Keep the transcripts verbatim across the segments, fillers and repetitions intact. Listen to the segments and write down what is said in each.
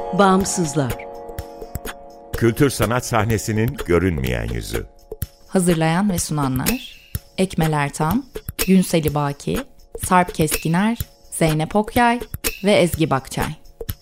Bağımsızlar. Kültür sanat sahnesinin görünmeyen yüzü. Hazırlayan ve sunanlar Ekmel Ertan, Günseli Baki, Sarp Keskiner, Zeynep Okyay ve Ezgi Bakçay.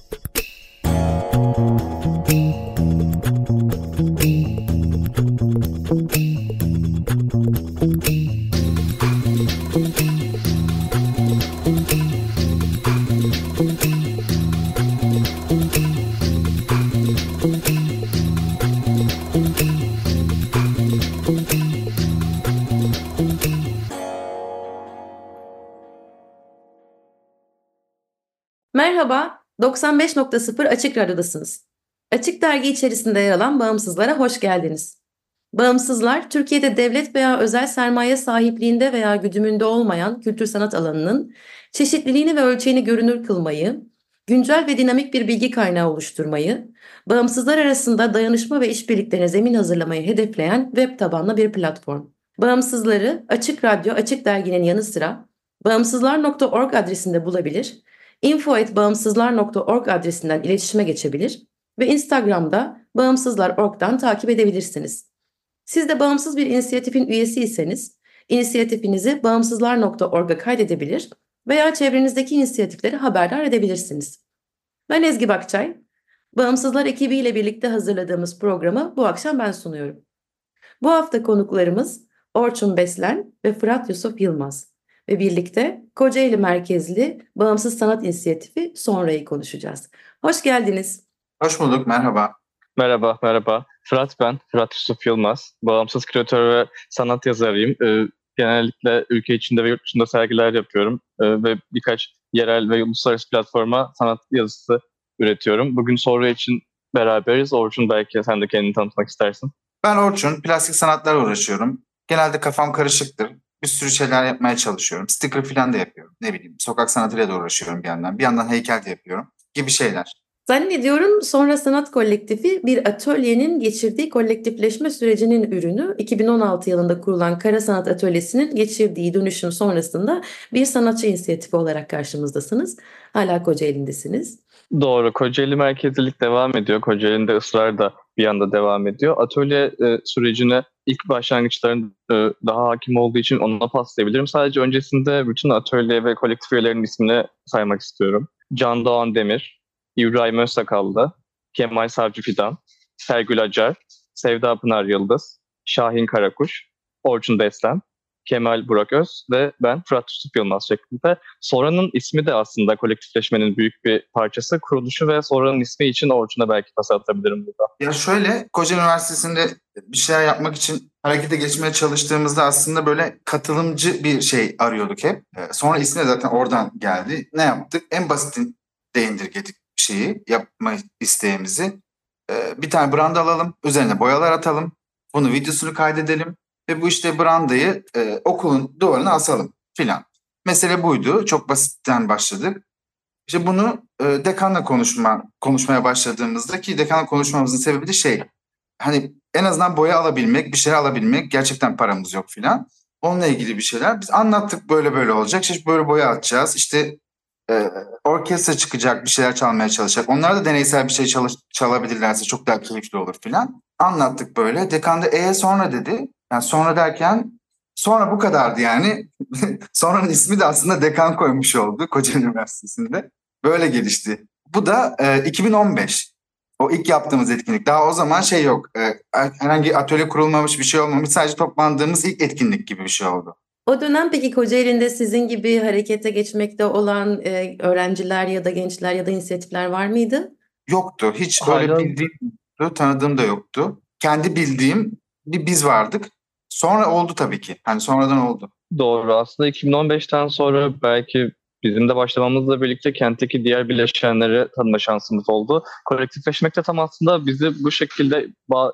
Merhaba, doksan beş nokta sıfır Açık Radyo'dasınız. Açık Dergi içerisinde yer alan Bağımsızlar'a hoş geldiniz. Bağımsızlar, Türkiye'de devlet veya özel sermaye sahipliğinde veya güdümünde olmayan kültür sanat alanının çeşitliliğini ve ölçeğini görünür kılmayı, güncel ve dinamik bir bilgi kaynağı oluşturmayı, bağımsızlar arasında dayanışma ve işbirliklerine zemin hazırlamayı hedefleyen web tabanlı bir platform. Bağımsızları Açık Radyo, Açık Dergi'nin yanı sıra bağımsızlar nokta org adresinde bulabilir, info at bağımsızlar nokta org adresinden iletişime geçebilir ve Instagram'da bağımsızlar nokta org'dan takip edebilirsiniz. Siz de bağımsız bir inisiyatifin üyesiyseniz, inisiyatifinizi bağımsızlar nokta org'a kaydedebilir veya çevrenizdeki inisiyatifleri haberdar edebilirsiniz. Ben Ezgi Bakçay, Bağımsızlar ekibiyle birlikte hazırladığımız programı bu akşam ben sunuyorum. Bu hafta konuklarımız Orçun Beslen ve Fırat Yusuf Yılmaz ve birlikte Kocaeli merkezli Bağımsız Sanat İnisiyatifi Sonra'yı konuşacağız. Hoş geldiniz. Hoş bulduk, merhaba. Merhaba, merhaba. Fırat ben, Fırat Yusuf Yılmaz. Bağımsız küratör ve sanat yazarıyım. Ee, genellikle ülke içinde ve yurt dışında sergiler yapıyorum. Ee, ve birkaç yerel ve uluslararası platforma sanat yazısı üretiyorum. Bugün soru için beraberiz. Orçun, belki sen de kendini tanıtmak istersin. Ben Orçun, plastik sanatlarla uğraşıyorum. Genelde kafam karışıktır. Bir sürü şeyler yapmaya çalışıyorum. Sticker falan da yapıyorum. Ne bileyim, sokak sanatıyla da uğraşıyorum bir yandan. Bir yandan heykel de yapıyorum gibi şeyler. Zannediyorum Sonra Sanat Kolektifi bir atölyenin geçirdiği kolektifleşme sürecinin ürünü. iki bin on altı yılında kurulan Kara Sanat Atölyesi'nin geçirdiği dönüşüm sonrasında bir sanatçı inisiyatifi olarak karşımızdasınız. Hala Kocaeli'ndesiniz. Doğru, Kocaeli merkezlilik devam ediyor. Kocaeli'nde ısrar da bir yanda devam ediyor. Atölye e, sürecine ilk başlangıçların e, daha hakim olduğu için ona paslayabilirim. Sadece öncesinde bütün atölye ve kolektif üyelerinin ismini saymak istiyorum. Can Doğan Demir, İbrahim Özsakallı, Kemal Savcı Fidan, Sergül Acar, Sevda Pınar Yıldız, Şahin Karakuş, Orçun Beslen, Kemal Burak Öz ve ben Fırat Yusuf Yılmaz şeklinde. Sonra'nın ismi de aslında kolektifleşmenin büyük bir parçası. Kuruluşu ve Sonra'nın ismi için Orçun'a belki pas atabilirim burada. Ya şöyle, Kocaeli Üniversitesi'nde bir şeyler yapmak için harekete geçmeye çalıştığımızda aslında böyle katılımcı bir şey arıyorduk hep. Sonra ismi de zaten oradan geldi. Ne yaptık? En basitini indirgedik şeyi, yapma isteğimizi. Bir tane branda alalım, üzerine boyalar atalım, bunu videosunu kaydedelim ve bu işte brandayı e, okulun duvarına asalım filan. Mesele buydu. Çok basitten başladık. İşte bunu e, dekanla konuşma konuşmaya başladığımızda, ki dekanla konuşmamızın sebebi de şey, hani en azından boya alabilmek, bir şeyler alabilmek, gerçekten paramız yok filan. Onunla ilgili bir şeyler. Biz anlattık, böyle böyle olacak. İşte böyle boya atacağız. İşte e, orkestra çıkacak, bir şeyler çalmaya çalışacak. Onlar da deneysel bir şey çalış, çalabilirlerse çok daha keyifli olur filan. Anlattık böyle. Dekan da e sonra dedi. Yani sonra derken sonra bu kadardı yani. Sonranın ismi de aslında dekan koymuş oldu Kocaeli Üniversitesi'nde. Böyle gelişti. Bu da e, iki bin on beş. O ilk yaptığımız etkinlik. Daha o zaman şey yok. E, herhangi atölye kurulmamış, bir şey olmamış. Sadece toplandığımız ilk etkinlik gibi bir şey oldu. O dönem peki Kocaeli'nde sizin gibi harekete geçmekte olan e, öğrenciler ya da gençler ya da inisiyatifler var mıydı? Yoktu. Hiç Hala... öyle bildiğim, tanıdığım da yoktu. Kendi bildiğim bir biz vardık. Sonra oldu tabii ki. Hani sonradan oldu. Doğru. Aslında iki bin on beşten sonra belki bizim de başlamamızla birlikte kentteki diğer bileşenleri tanıma şansımız oldu. Kolektifleşmek de tam aslında bizi bu şekilde ba-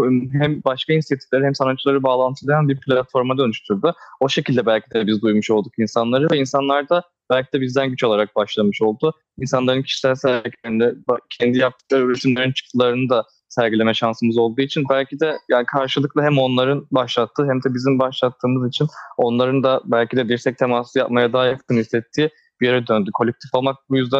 hem başka inisiyatifleri hem sanatçıları bağlantılayan bir platforma dönüştürdü. O şekilde belki de biz duymuş olduk insanları ve insanlar da belki de bizden güç alarak başlamış oldu. İnsanların kişisel sergilerinde kendi yaptıkları üretimlerin çıktılarını da sergileme şansımız olduğu için belki de yani karşılıklı hem onların başlattığı hem de bizim başlattığımız için onların da belki de dirsek teması yapmaya daha yakın hissettiği bir yere döndü. Kolektif olmak bu yüzden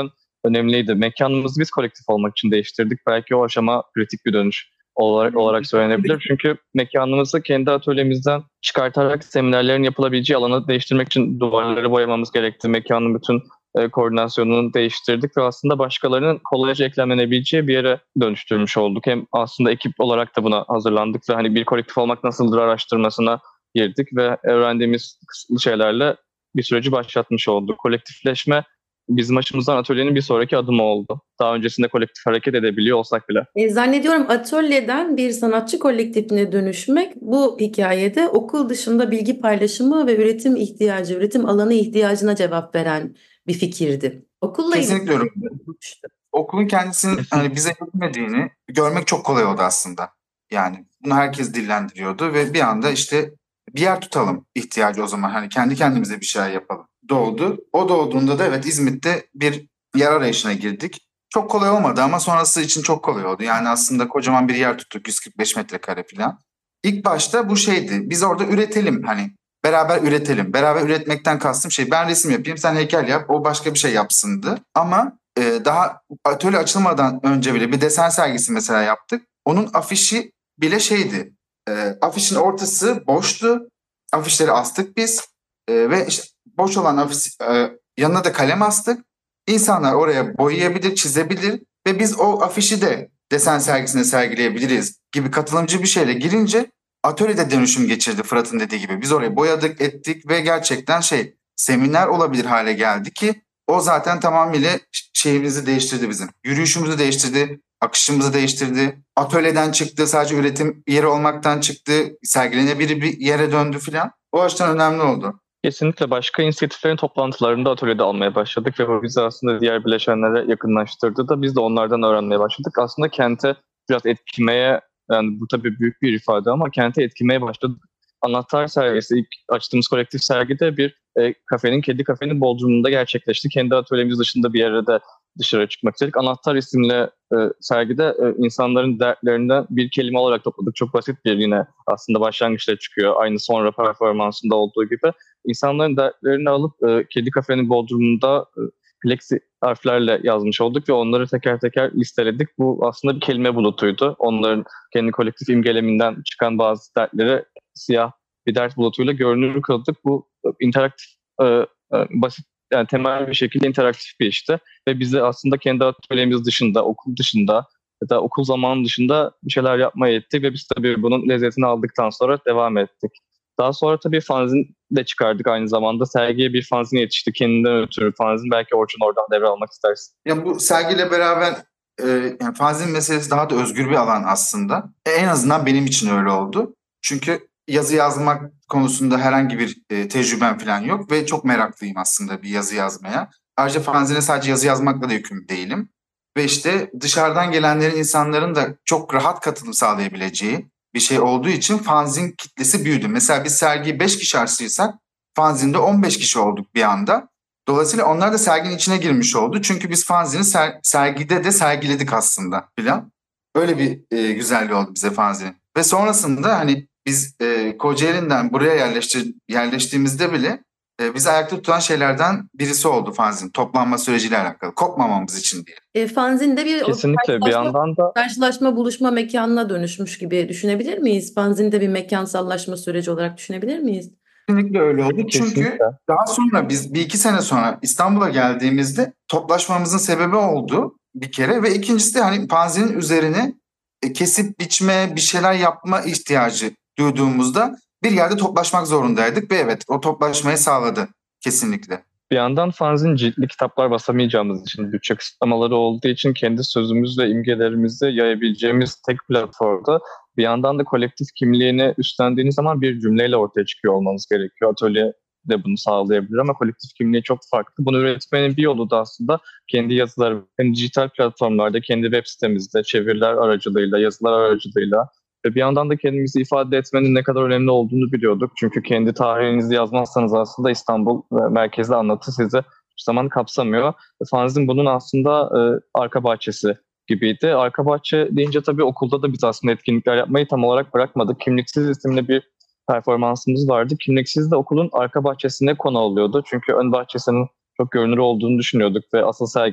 önemliydi. Mekanımızı biz kolektif olmak için değiştirdik. Belki o aşama kritik bir dönüş olarak, olarak söylenebilir. Çünkü mekanımızı kendi atölyemizden çıkartarak seminerlerin yapılabileceği alanı değiştirmek için duvarları boyamamız gerekti. Mekanın bütün e, koordinasyonunu değiştirdik ve aslında başkalarının kolayca eklemlenebileceği bir yere dönüştürmüş olduk. Hem aslında ekip olarak da buna hazırlandık ve hani bir kolektif olmak nasıldır araştırmasına girdik ve öğrendiğimiz kısıtlı şeylerle bir süreci başlatmış olduk. Kolektifleşme bizim açımızdan atölyenin bir sonraki adımı oldu. Daha öncesinde kolektif hareket edebiliyor olsak bile. E, zannediyorum atölyeden bir sanatçı kolektifine dönüşmek bu hikayede okul dışında bilgi paylaşımı ve üretim ihtiyacı, üretim alanı ihtiyacına cevap veren bir fikirdi. Okulla Kesinlikle öyle. olmuştu. Okulun kendisinin hani bize yetmediğini görmek çok kolay oldu aslında. Yani bunu herkes dillendiriyordu ve bir anda işte bir yer tutalım ihtiyacı o zaman. Hani kendi kendimize bir şeyler yapalım. Doğdu. O doğduğunda da evet İzmit'te bir yer arayışına girdik. Çok kolay olmadı ama sonrası için çok kolay oldu. Yani aslında kocaman bir yer tuttuk, yüz kırk beş metrekare falan. İlk başta bu şeydi. Biz orada üretelim, hani beraber üretelim. Beraber üretmekten kastım şey, ben resim yapayım, sen heykel yap, o başka bir şey yapsındı. Ama e, daha atölye açılmadan önce bile bir desen sergisi mesela yaptık. Onun afişi bile şeydi. E, afişin ortası boştu. Afişleri astık biz. E, ve işte boş olan afiş, e, yanına da kalem astık. İnsanlar oraya boyayabilir, çizebilir ve biz o afişi de desen sergisine sergileyebiliriz gibi katılımcı bir şeyle girince atölyede dönüşüm geçirdi Fırat'ın dediği gibi. Biz orayı boyadık, ettik ve gerçekten şey, seminer olabilir hale geldi ki o zaten tamamıyla şeyimizi değiştirdi bizim. Yürüyüşümüzü değiştirdi, akışımızı değiştirdi. Atölyeden çıktı, sadece üretim yeri olmaktan çıktı, sergilenebilir bir yere döndü filan. O açıdan önemli oldu. Kesinlikle başka inisiyatiflerin toplantılarında atölyede almaya başladık ve bu bizi aslında diğer bileşenlere yakınlaştırdı da biz de onlardan öğrenmeye başladık. Aslında kente biraz etkimeye, yani bu tabii büyük bir ifade ama kente etkimeye başladık. Anahtar sergisi ilk açtığımız kolektif sergide bir e, kafenin, kedi kafenin Bodrum'unda gerçekleşti. Kendi atölyemiz dışında bir yere de dışarı çıkmak istedik. Anahtar isimli e, sergide e, insanların dertlerinden bir kelime olarak topladık. Çok basit bir yine aslında başlangıçta çıkıyor. Aynı sonra performansında olduğu gibi. İnsanların dertlerini alıp e, kedi kafenin Bodrum'unda e, plexi harflerle yazmış olduk ve onları teker teker listeledik. Bu aslında bir kelime bulutuydu. Onların kendi kolektif imgeleminden çıkan bazı dertleri siyah bir dert bulutuyla görünür kıldık. Bu interaktif, e, e, basit, yani temel bir şekilde interaktif bir işti. Ve bizi aslında kendi atölyemiz dışında, okul dışında ya da okul zamanı dışında bir şeyler yapmaya ettik ve biz tabii bunun lezzetini aldıktan sonra devam ettik. Daha sonra tabii fanzin de çıkardık aynı zamanda. Sergiye bir fanzin yetişti. Kendinden ötürü fanzin. Belki Orçun oradan devralmak istersin. Ya bu sergiyle beraber e, yani fanzin meselesi daha da özgür bir alan aslında. E, en azından benim için öyle oldu. Çünkü yazı yazmak konusunda herhangi bir e, tecrübem falan yok ve çok meraklıyım aslında bir yazı yazmaya. Ayrıca fanzine sadece yazı yazmakla da yükümlü değilim. Ve işte dışarıdan gelenlerin, insanların da çok rahat katılım sağlayabileceği bir şey olduğu için fanzin kitlesi büyüdü. Mesela biz sergiyi beş kişi açtıysak fanzinde on beş kişi olduk bir anda. Dolayısıyla onlar da serginin içine girmiş oldu. Çünkü biz fanzini ser- sergide de sergiledik aslında filan. Öyle bir e, güzelliği oldu bize fanzinin. Ve sonrasında hani biz e, Kocaeli'nden buraya yerleşti- yerleştiğimizde bile e, bizi ayakta tutan şeylerden birisi oldu fanzin. Toplanma süreciyle alakalı. Kopmamamız için diye. E, fanzinde bir Kesinlikle bir yandan da karşılaşma, buluşma mekanına dönüşmüş gibi düşünebilir miyiz? Fanzinde bir mekansallaşma süreci olarak düşünebilir miyiz? Kesinlikle öyle oldu. Çünkü kesinlikle. daha sonra biz bir iki sene sonra İstanbul'a geldiğimizde toplaşmamızın sebebi oldu bir kere ve ikincisi de hani fanzinin üzerine e, kesip biçme, bir şeyler yapma ihtiyacı duyduğumuzda bir yerde toplaşmak zorundaydık ve evet o toplaşmayı sağladı kesinlikle. Bir yandan fanzin ciltli kitaplar basamayacağımız için, bütçe kısıtlamaları olduğu için kendi sözümüz ve imgelerimizi yayabileceğimiz tek platformda bir yandan da kolektif kimliğini üstlendiğiniz zaman bir cümleyle ortaya çıkıyor olmanız gerekiyor. Atölye de bunu sağlayabilir ama kolektif kimliği çok farklı. Bunu üretmenin bir yolu da aslında kendi yazıları, kendi dijital platformlarda, kendi web sitemizde, çeviriler aracılığıyla, yazılar aracılığıyla ve bir yandan da kendimizi ifade etmenin ne kadar önemli olduğunu biliyorduk. Çünkü kendi tarihinizi yazmazsanız aslında İstanbul merkezli anlatı sizi hiçbir zaman kapsamıyor. Fanzin bunun aslında e, arka bahçesi gibiydi. Arka bahçe deyince tabii okulda da biz aslında etkinlikler yapmayı tam olarak bırakmadık. Kimliksiz isimli bir performansımız vardı. Kimliksiz de okulun arka bahçesine konu alıyordu. Çünkü ön bahçesinin çok görünür olduğunu düşünüyorduk ve asıl sergiler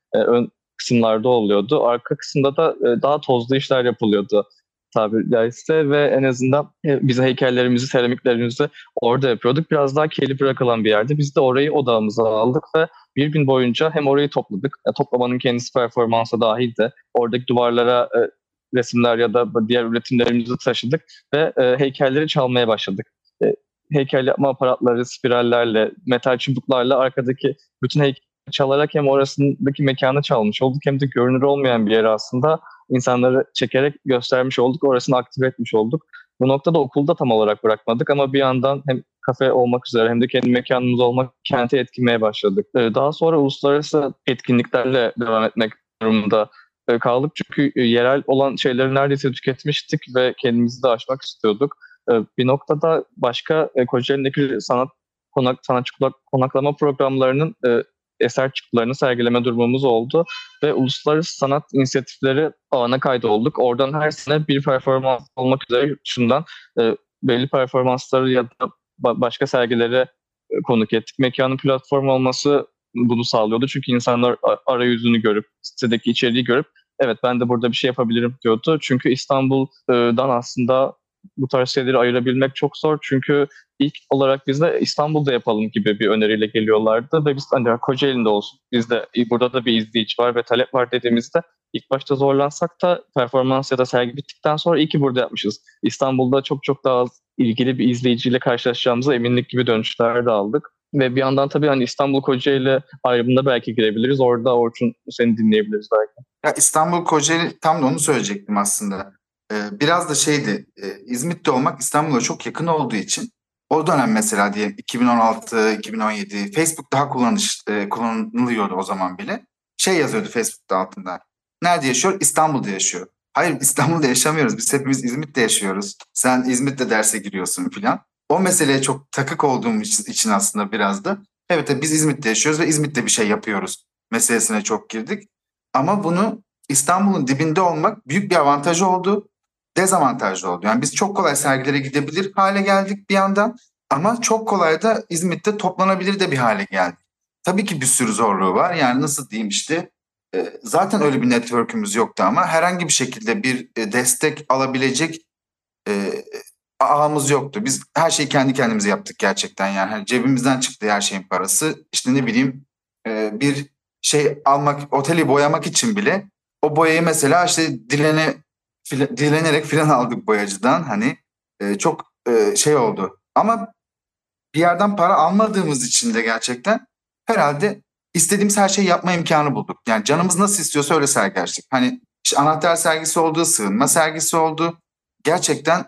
e, ön kısımlarda oluyordu. Arka kısımda da e, daha tozlu işler yapılıyordu tabiri caizse ve en azından e, bize heykellerimizi, seramiklerimizi orada yapıyorduk. Biraz daha keyifli bırakılan bir yerde. Biz de orayı odağımıza aldık ve bir gün boyunca hem orayı topladık. E, toplamanın kendisi performansa dahildi. Oradaki duvarlara e, resimler ya da diğer üretimlerimizi taşıdık ve e, heykelleri çalmaya başladık. E, heykel yapma aparatları, spirallerle, metal çubuklarla arkadaki bütün heykeli çalarak hem orasındaki mekanı çalmış olduk hem de görünür olmayan bir yere aslında insanları çekerek göstermiş olduk, orasını aktive etmiş olduk. Bu noktada okulda tam olarak bırakmadık ama bir yandan hem kafe olmak üzere hem de kendi mekanımız olmak kenti etkilemeye başladık. E, daha sonra uluslararası etkinliklerle devam etmek durumunda kaldık. Çünkü yerel olan şeyleri neredeyse tüketmiştik ve kendimizi de aşmak istiyorduk. Bir noktada başka Kocaeli'ndeki sanat konak, sanatçı konaklama programlarının eser çıktılarını sergileme durumumuz oldu ve uluslararası sanat inisiyatifleri ağına kaydolduk. Oradan her sene bir performans olmak üzere yurt dışından belli performansları ya da başka sergilere konuk ettik. Mekanın platform olması bunu sağlıyordu. Çünkü insanlar arayüzünü görüp, sitedeki içeriği görüp evet ben de burada bir şey yapabilirim diyordu. Çünkü İstanbul'dan aslında bu tarz şeyleri ayırabilmek çok zor. Çünkü ilk olarak biz de İstanbul'da yapalım gibi bir öneriyle geliyorlardı ve biz hani Kocaeli'nde olsun. Bizde burada da bir izleyici var ve talep var dediğimizde ilk başta zorlansak da performans ya da sergi bittikten sonra iyi ki burada yapmışız. İstanbul'da çok çok daha az ilgili bir izleyiciyle karşılaşacağımıza eminlik gibi dönüşler de aldık. Ve bir yandan tabii hani İstanbul Kocaeli ayrımına belki girebiliriz. Orada Orçun seni dinleyebiliriz belki. Ya İstanbul Kocaeli tam da onu söyleyecektim aslında. Ee, biraz da şeydi, e, İzmit'te olmak İstanbul'a çok yakın olduğu için o dönem mesela diyelim iki bin on altı iki bin on yedi Facebook daha kullanış, e, kullanılıyordu o zaman bile. Şey yazıyordu Facebook'ta altında. Nerede yaşıyor? İstanbul'da yaşıyor. Hayır, İstanbul'da yaşamıyoruz. Biz hepimiz İzmit'te yaşıyoruz. Sen İzmit'te derse giriyorsun filan. O meseleye çok takık olduğum için aslında biraz da evet biz İzmit'te yaşıyoruz ve İzmit'te bir şey yapıyoruz meselesine çok girdik. Ama bunu İstanbul'un dibinde olmak büyük bir avantaj oldu, dezavantajlı oldu. Yani biz çok kolay sergilere gidebilir hale geldik bir yandan ama çok kolay da İzmit'te toplanabilir de bir hale geldik. Tabii ki bir sürü zorluğu var. Yani nasıl diyeyim işte e, zaten öyle bir network'ümüz yoktu ama herhangi bir şekilde bir e, destek alabilecek e, ağımız yoktu. Biz her şeyi kendi kendimize yaptık gerçekten yani. Hani cebimizden çıktı her şeyin parası. İşte ne bileyim e, bir şey almak, oteli boyamak için bile o boyayı mesela işte dilene, file, dilenerek filan aldık boyacıdan. Hani e, çok e, şey oldu. Ama bir yerden para almadığımız için de gerçekten herhalde istediğimiz her şeyi yapma imkanı bulduk. Yani canımız nasıl istiyorsa öyle sergi açtık. Hani işte anahtar sergisi oldu, sığınma sergisi oldu. Gerçekten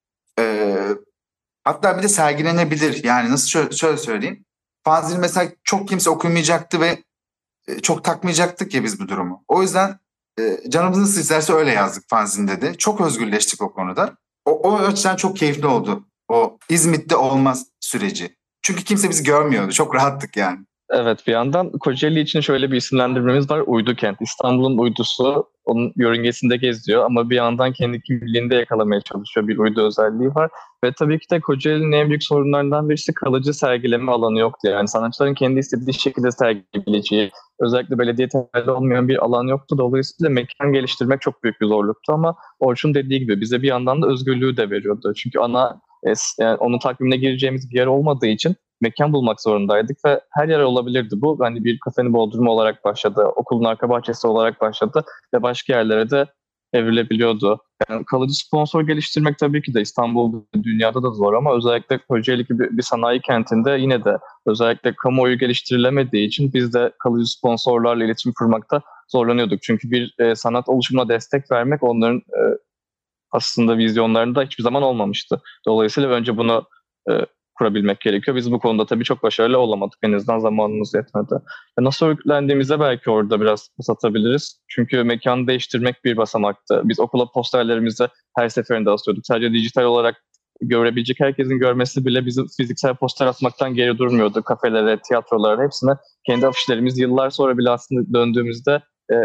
e, hatta bir de sergilenebilir. Yani nasıl şöyle, şöyle söyleyeyim. Fanzini mesela çok kimse okumayacaktı ve e, çok takmayacaktık ya biz bu durumu. O yüzden e, canımız nasıl isterse öyle yazdık fanzinde de. Çok özgürleştik o konuda. O, o açıdan çok keyifli oldu. O İzmit'te olmaz süreci. Çünkü kimse bizi görmüyordu. Çok rahattık yani. Evet, bir yandan Kocaeli için şöyle bir isimlendirmemiz var. Uydu kent. İstanbul'un uydusu onun yörüngesinde geziyor ama bir yandan kendi kimliğinde yakalamaya çalışıyor. Bir uydu özelliği var. Ve tabii ki de Kocaeli'nin en büyük sorunlarından birisi kalıcı sergileme alanı yoktu. Yani sanatçıların kendi istediği şekilde sergileyebileceği, özellikle belediye temelli olmayan bir alan yoktu. Dolayısıyla mekan geliştirmek çok büyük bir zorluktu ama Orçun dediği gibi bize bir yandan da özgürlüğü de veriyordu. Çünkü ana yani onun takvimine gireceğimiz bir yer olmadığı için mekan bulmak zorundaydık ve her yer olabilirdi bu. Hani bir kafenin bodrumu olarak başladı, okulun arka bahçesi olarak başladı ve başka yerlere de evrilebiliyordu. Yani kalıcı sponsor geliştirmek tabii ki de İstanbul, dünyada da zor ama özellikle Kocaeli gibi bir sanayi kentinde yine de özellikle kamuoyu geliştirilemediği için biz de kalıcı sponsorlarla iletişim kurmakta zorlanıyorduk. Çünkü bir e, sanat oluşumuna destek vermek onların e, aslında vizyonlarında hiçbir zaman olmamıştı. Dolayısıyla önce bunu e, kurabilmek gerekiyor. Biz bu konuda tabii çok başarılı olamadık. En azından zamanımız yetmedi. E nasıl örgütlendiğimizde belki orada biraz satabiliriz. Çünkü mekanı değiştirmek bir basamaktı. Biz okula posterlerimizi her seferinde asıyorduk. Sadece dijital olarak görebilecek herkesin görmesi bile bizi fiziksel poster atmaktan geri durmuyordu. Kafelere, tiyatrolara hepsine kendi afişlerimiz yıllar sonra bile aslında döndüğümüzde e,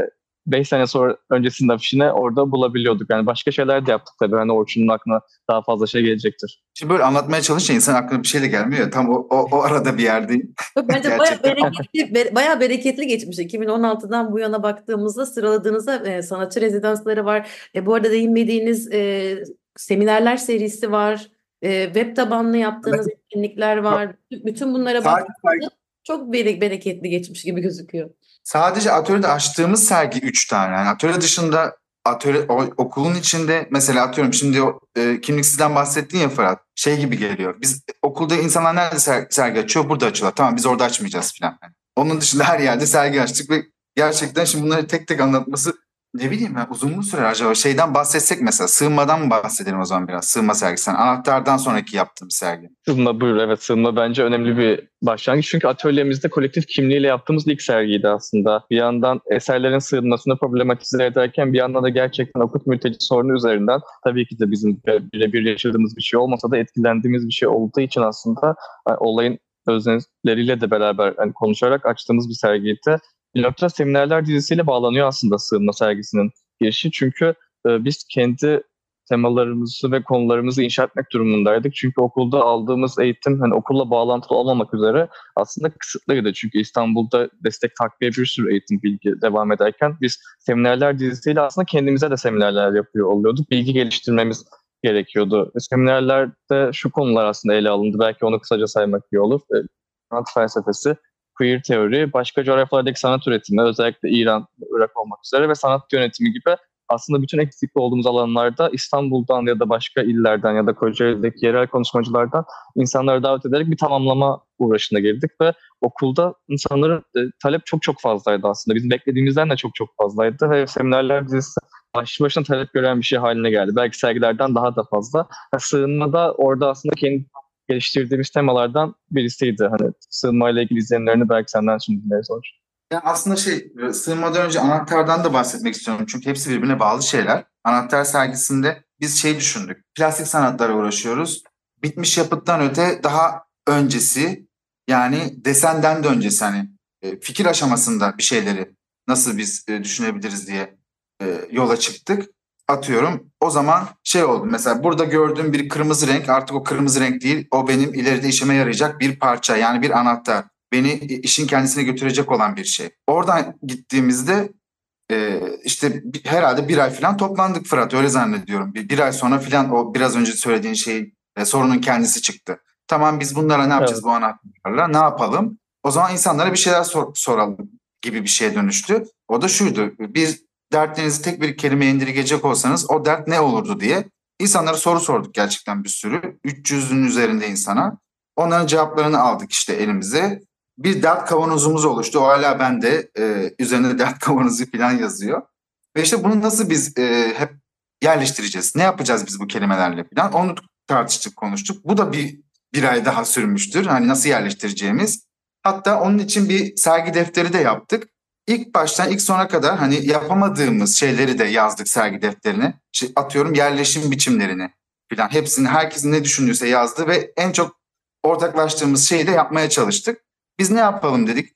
beş sene sonra öncesinin afişine orada bulabiliyorduk. Yani başka şeyler de yaptık tabii. Hani Orçun'un aklına daha fazla şey gelecektir. Şimdi böyle anlatmaya çalışınca insan aklına bir şey de gelmiyor ya. Tam o, o, o arada bir yerdeyim. Bence bayağı bereketli, be- bayağı bereketli geçmiş. iki bin on altıdan bu yana baktığımızda sıraladığınızda e, sanatçı rezidansları var. E, bu arada değinmediğiniz e, seminerler serisi var. E, web tabanlı yaptığınız etkinlikler var. Bütün bunlara Sadece, baktığınızda çok bere- bereketli geçmiş gibi gözüküyor. sadece atölyede açtığımız sergi üç tane. Yani atölye dışında atölye, o, okulun içinde mesela atıyorum şimdi o e, kimliksizden bahsettin ya Fırat. Şey gibi geliyor. Biz okulda insanlar nerede ser- sergi açıyor? Burada açıyorlar. Tamam biz orada açmayacağız falan. Yani onun dışında her yerde sergi açtık ve gerçekten şimdi bunları tek tek anlatması ne bileyim ben uzun mu sürer acaba? Şeyden bahsetsek mesela sığınmadan mı bahsedelim o zaman biraz? Sığınma sergisi. Yani anahtardan sonraki yaptığım sergi. Sığınma buyur. Evet, sığınma bence önemli bir başlangıç. Çünkü atölyemizde kolektif kimliğiyle yaptığımız ilk sergiydi aslında. Bir yandan eserlerin sığınmasını problematize ederken bir yandan da gerçekten okut mülteci sorunu üzerinden tabii ki de bizim birebir yaşadığımız bir şey olmasa da etkilendiğimiz bir şey olduğu için aslında yani olayın özneleriyle de beraber yani konuşarak açtığımız bir sergiydi. Bir noktada seminerler dizisiyle bağlanıyor aslında sığınma sergisinin girişi. Çünkü e, biz kendi temalarımızı ve konularımızı inşa etmek durumundaydık. Çünkü okulda aldığımız eğitim hani okulla bağlantılı olmamak üzere aslında kısıtlıydı. Çünkü İstanbul'da destek takviye bir sürü eğitim bilgi devam ederken biz seminerler dizisiyle aslında kendimize de seminerler yapıyor oluyorduk. Bilgi geliştirmemiz gerekiyordu. Seminerlerde şu konular aslında ele alındı. Belki onu kısaca saymak iyi olur. E, sanat felsefesi, queer teori, başka coğrafyalardaki sanat üretimi, özellikle İran, Irak olmak üzere ve sanat yönetimi gibi aslında bütün eksikli olduğumuz alanlarda İstanbul'dan ya da başka illerden ya da Kocaeli'deki yerel konuşmacılardan insanları davet ederek bir tamamlama uğraşına girdik ve okulda insanların e, talep çok çok fazlaydı aslında. Bizim beklediğimizden de çok çok fazlaydı ve seminerler dizisi başlı başına talep gören bir şey haline geldi. Belki sergilerden daha da fazla. Sığınmada orada aslında kendi geliştirdiğimiz temalardan birisiydi. Hani sığınmayla ilgili izlenimlerini belki senden şimdi dinleriz olur. Yani aslında şey sığınmadan önce anahtardan da bahsetmek istiyorum. Çünkü hepsi birbirine bağlı şeyler. Anahtar sergisinde biz şey düşündük. Plastik sanatlara uğraşıyoruz. Bitmiş yapıttan öte daha öncesi yani desenden de öncesi hani e, fikir aşamasında bir şeyleri nasıl biz e, düşünebiliriz diye e, yola çıktık. Atıyorum o zaman şey oldu mesela burada gördüğüm bir kırmızı renk artık o kırmızı renk değil o benim ileride işime yarayacak bir parça yani bir anahtar. Beni işin kendisine götürecek olan bir şey. Oradan gittiğimizde e, işte bir, herhalde bir ay falan toplandık Fırat öyle zannediyorum. Bir, bir ay sonra falan o biraz önce söylediğin şey e, sorunun kendisi çıktı. Tamam biz bunlara ne yapacağız Evet. bu anahtarlarla ne yapalım? O zaman insanlara bir şeyler sor, soralım gibi bir şeye dönüştü. O da şuydu bir dertlerinizi tek bir kelimeye indirgeyecek olsanız o dert ne olurdu diye insanlara soru sorduk gerçekten bir sürü. üç yüzün üzerinde insana. Onların cevaplarını aldık işte elimize. Bir dert kavanozumuz oluştu. O hala bende. E, üzerinde dert kavanozu falan yazıyor. Ve işte bunu nasıl biz e, hep yerleştireceğiz? Ne yapacağız biz bu kelimelerle falan? Onu tartıştık, konuştuk. Bu da bir, bir ay daha sürmüştür. Hani nasıl yerleştireceğimiz. Hatta onun için bir sergi defteri de yaptık. İlk baştan ilk sona kadar hani yapamadığımız şeyleri de yazdık sergi defterine. İşte atıyorum yerleşim biçimlerini falan. Hepsini herkesin ne düşündüyse yazdı ve en çok ortaklaştığımız şeyi de yapmaya çalıştık. Biz ne yapalım dedik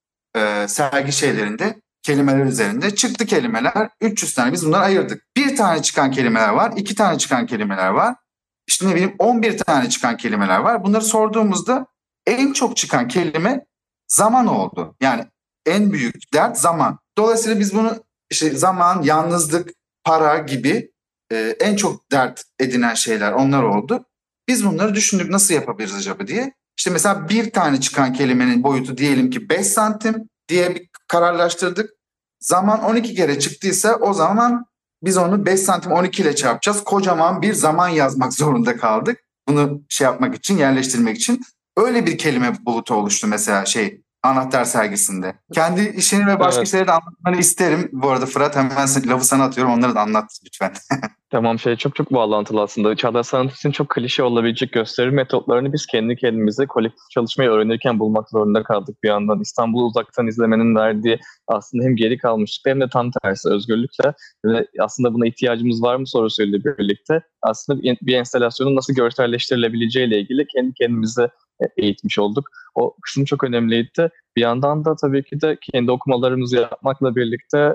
e, sergi şeylerinde, kelimeler üzerinde. Çıktı kelimeler, üç yüz tane biz bunları ayırdık. Bir tane çıkan kelimeler var, iki tane çıkan kelimeler var. İşte ne bileyim on bir tane çıkan kelimeler var. Bunları sorduğumuzda en çok çıkan kelime zaman oldu. Yani en büyük dert zaman. Dolayısıyla biz bunu işte zaman, yalnızlık, para gibi e, en çok dert edinen şeyler onlar oldu. Biz bunları düşündük nasıl yapabiliriz acaba diye. İşte mesela bir tane çıkan kelimenin boyutu diyelim ki beş santim diye bir kararlaştırdık. Zaman on iki kere çıktıysa o zaman biz onu beş santim on iki ile çarpacağız. Kocaman bir zaman yazmak zorunda kaldık. Bunu şey yapmak için, yerleştirmek için. Öyle bir kelime bulutu oluştu mesela şey anahtar sergisinde. Kendi işini ve başka Evet. şeyleri de anlatmanı isterim. Bu arada Fırat hemen lafı sana atıyorum. Onları da anlat lütfen. Tamam şey çok çok bağlantılı aslında. Çağdaş sanat için çok klişe olabilecek gösteri metotlarını biz kendi kendimize kolektif çalışmayı öğrenirken bulmak zorunda kaldık bir yandan. İstanbul'u uzaktan izlemenin verdiği aslında hem geri kalmışlık hem de tam tersi özgürlükle ve aslında buna ihtiyacımız var mı sorusuyla birlikte aslında bir, bir enstalasyonun nasıl görselleştirilebileceğiyle ilgili kendi kendimize eğitmiş olduk. O kısım çok önemliydi. Bir yandan da tabii ki de kendi okumalarımızı yapmakla birlikte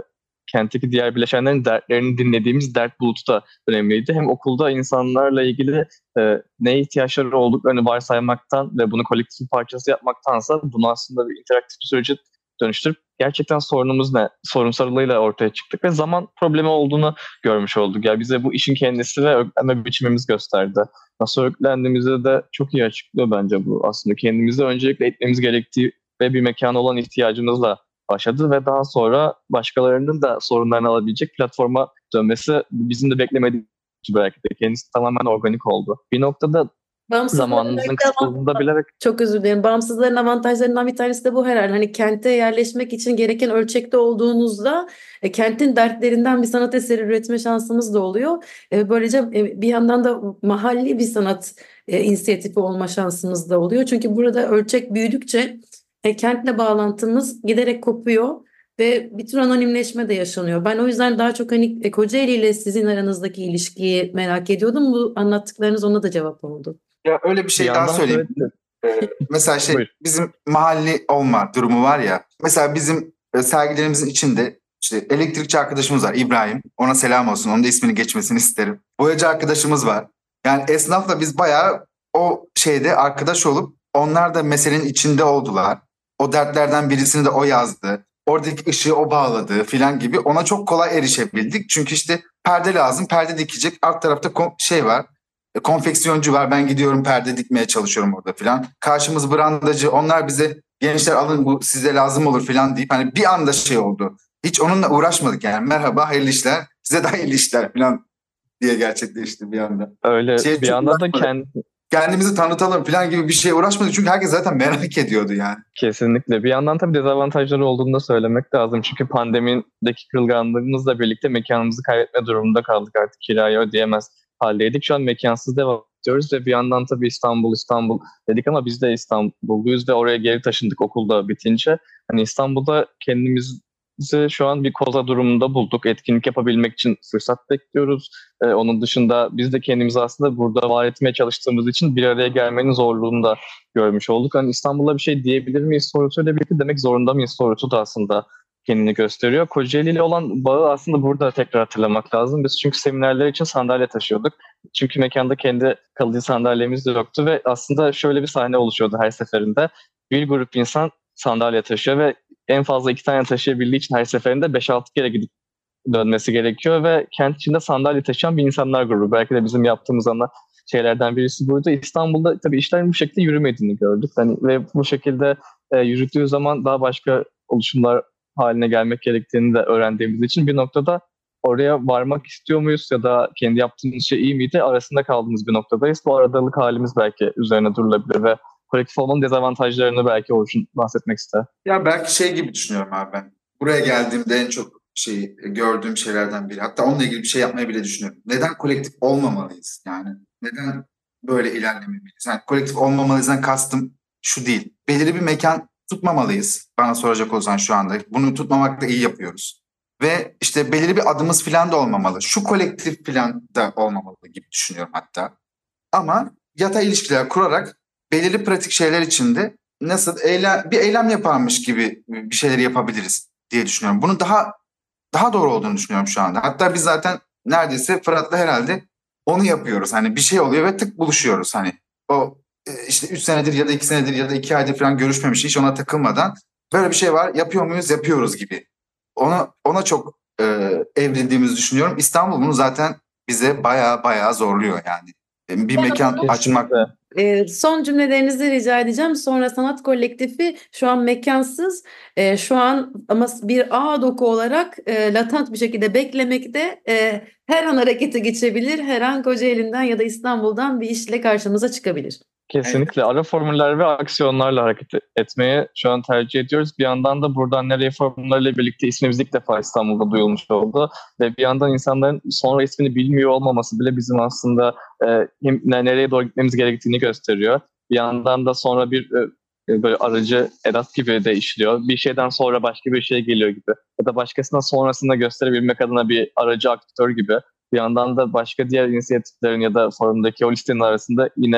kentteki diğer bileşenlerin dertlerini dinlediğimiz dert bulutu da önemliydi. Hem okulda insanlarla ilgili e, ne ihtiyaçları olduklarını varsaymaktan ve bunu kolektif bir parçası yapmaktansa bunu aslında bir interaktif bir sürece dönüştürüp gerçekten sorunumuz ne, sorunsalıyla ortaya çıktık ve zaman problemi olduğunu görmüş olduk. Yani bize bu işin kendisi ve örgütlenme biçimimiz gösterdi. Nasıl örgütlendiğimizde de çok iyi açıklıyor bence bu aslında. Kendimizi öncelikle etmemiz gerektiği ve bir mekana olan ihtiyacımızla başladı ve daha sonra başkalarının da sorunlarını alabilecek platforma dönmesi bizim de beklemediğimiz belki de kendisi tamamen organik oldu. Bir noktada zamanımızın kısıtlılığında bilerek... Çok özür dilerim. Bağımsızların avantajlarından bir tanesi de bu herhalde. Hani kente yerleşmek için gereken ölçekte olduğunuzda e, kentin dertlerinden bir sanat eseri üretme şansımız da oluyor. E, böylece e, bir yandan da mahalli bir sanat e, inisiyatifi olma şansımız da oluyor. Çünkü burada ölçek büyüdükçe e, kentle bağlantımız giderek kopuyor ve bir tür anonimleşme de yaşanıyor. Ben o yüzden daha çok hani e, Kocaeli ile sizin aranızdaki ilişkiyi merak ediyordum. Bu anlattıklarınız ona da cevap oldu. Ya öyle bir şey Bir daha yandan söyleyeyim. evet. Ee, mesela şey Buyur. bizim mahalli olma durumu var ya. Mesela bizim e, sergilerimizin içinde işte elektrikçi arkadaşımız var İbrahim. Ona selam olsun. Onun da ismini geçmesini isterim. Boyacı arkadaşımız var. Yani esnafla biz bayağı o şeyde arkadaş olup onlar da meselenin içinde oldular. O dertlerden birisini de o yazdı. Oradaki ışığı o bağladı filan gibi. Ona çok kolay erişebildik. Çünkü işte perde lazım. Perde dikecek. Alt tarafta kom- şey var. Konfeksiyoncu var. Ben gidiyorum perde dikmeye çalışıyorum orada filan. Karşımız brandacı. Onlar bize gençler alın bu size lazım olur filan deyip hani bir anda şey oldu. Hiç onunla uğraşmadık yani. Merhaba hayırlı işler. Size de hayırlı işler filan diye gerçekleşti bir anda. Öyle Şeye bir çok yandan da uğraşmadık. kendi Kendimizi tanıtalım filan gibi bir şeye uğraşmadık. Çünkü herkes zaten merak ediyordu yani. kesinlikle. Bir yandan tabii dezavantajları olduğunu da söylemek lazım. Çünkü pandemideki kırılganlığımızla birlikte mekanımızı kaybetme durumunda kaldık. Artık kirayı ödeyemez haldeydik. Şu an mekansız devam ediyoruz ve bir yandan tabii İstanbul İstanbul dedik ama biz de İstanbulluyuz ve oraya geri taşındık okulda bitince. Hani İstanbul'da kendimizi şu an bir koza durumunda bulduk. Etkinlik yapabilmek için fırsat bekliyoruz. Ee, onun dışında biz de kendimizi aslında burada var etmeye çalıştığımız için bir araya gelmenin zorluğunu da görmüş olduk. Hani İstanbul'a bir şey diyebilir miyiz sorusuyla birlikte demek zorunda mıyız sorusu da aslında kendini gösteriyor. Kocaeli ile olan bağı aslında burada tekrar hatırlamak lazım. Biz çünkü seminerler için sandalye taşıyorduk. Çünkü mekanda kendi kalıcı sandalyemiz de yoktu ve aslında şöyle bir sahne oluşuyordu her seferinde. Bir grup insan sandalye taşıyor ve en fazla iki tane taşıyabildiği için her seferinde beş altı kere gidip dönmesi gerekiyor ve kent içinde sandalye taşıyan bir insanlar grubu. Belki de bizim yaptığımız ana şeylerden birisi buydu. İstanbul'da tabii işlerin bu şekilde yürümediğini gördük. Hani ve bu şekilde e, yürüttüğü zaman daha başka oluşumlar haline gelmek gerektiğini de öğrendiğimiz için bir noktada oraya varmak istiyor muyuz ya da kendi yaptığımız şey iyi miydi arasında kaldığımız bir noktadayız. Bu aradalık halimiz belki üzerine durulabilir ve kolektif olmanın dezavantajlarını belki Orçun bahsetmek ister. Ya belki şey gibi düşünüyorum abi ben. Buraya geldiğimde en çok şey gördüğüm şeylerden biri. Hatta onunla ilgili bir şey yapmayı bile düşünüyorum. Neden kolektif olmamalıyız? Yani neden böyle ilerlememeliyiz? Yani kolektif olmamalıyızdan kastım şu değil. Belirli bir mekan tutmamalıyız. Bana soracak olsan şu anda. Bunu tutmamakla iyi yapıyoruz. Ve işte belirli bir adımız falan da olmamalı. Şu kolektif falan da olmamalı gibi düşünüyorum hatta. Ama yatay ilişkiler kurarak belirli pratik şeyler içinde nasıl eylem, bir eylem yaparmış gibi bir şeyler yapabiliriz diye düşünüyorum. Bunun daha daha doğru olduğunu düşünüyorum şu anda. Hatta biz zaten neredeyse Fırat'la herhalde onu yapıyoruz. Hani bir şey oluyor ve tık buluşuyoruz. Hani o işte üç senedir ya da iki senedir ya da iki aydır falan görüşmemiş, hiç ona takılmadan böyle bir şey var, yapıyor muyuz, yapıyoruz gibi. Ona ona çok e, evrildiğimizi düşünüyorum. İstanbul bunu zaten bize bayağı bayağı zorluyor yani. Bir mekan açmak. E, son cümlelerinizi rica edeceğim. Sonra sanat kolektifi şu an mekansız, e, şu an ama bir ağ doku olarak e, latent bir şekilde beklemekte. E, her an harekete geçebilir. Her an Kocaeli'nden ya da İstanbul'dan bir işle karşımıza çıkabilir. Kesinlikle ara formüller ve aksiyonlarla hareket etmeye şu an tercih ediyoruz. Bir yandan da buradan nereye formüllerle birlikte ismimiz ilk defa İstanbul'da duyulmuş oldu. Ve bir yandan insanların sonra ismini bilmiyor olmaması bile bizim aslında e, nereye doğru gitmemiz gerektiğini gösteriyor. Bir yandan da sonra bir e, böyle aracı edat gibi de işliyor. Bir şeyden sonra başka bir şey geliyor gibi. Ya da başkasına sonrasında gösterebilmek adına bir aracı aktör gibi. Bir yandan da başka diğer inisiyatiflerin ya da forumdaki o listenin arasında yine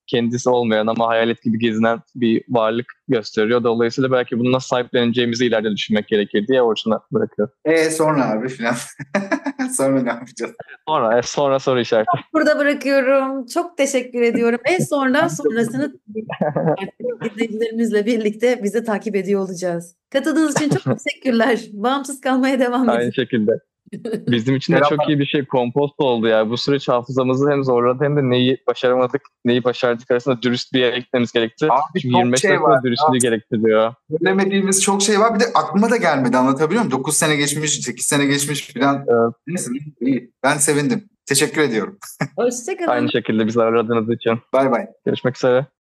kendisi olmayan ama hayalet gibi gezinen bir varlık gösteriyor. Dolayısıyla belki bunu nasıl sahipleneceğimizi ileride düşünmek gerekir diye Orçun'a bırakıyor. E sonra abi filan. Sonra ne yapacağız? Sonra, e, sonra soru işareti. Burada bırakıyorum. Çok teşekkür ediyorum. En sonra sonrasını izleyicilerimizle birlikte bizi takip ediyor olacağız. Katıldığınız için çok teşekkürler. Bağımsız kalmaya devam edin. Aynı şekilde. Bizim için de Merhaba. çok iyi bir şey kompost oldu ya. Bu süreç hafızamızı hem zorladı hem de neyi başaramadık, neyi başardık arasında dürüst bir yere gitmemiz gerekti. Abi Çünkü çok yirmi beş şey dakika var. dürüstlüğü gerektiriyor. Bilemediğimiz çok şey var. Bir de aklıma da gelmedi, anlatabiliyor muyum? dokuz sene geçmiş, sekiz sene geçmiş falan. Evet. Neyse, iyi. Ben sevindim. Teşekkür ediyorum. Hoşçakalın. Aynı şekilde bizi aradığınız için. Bay bay. Görüşmek üzere.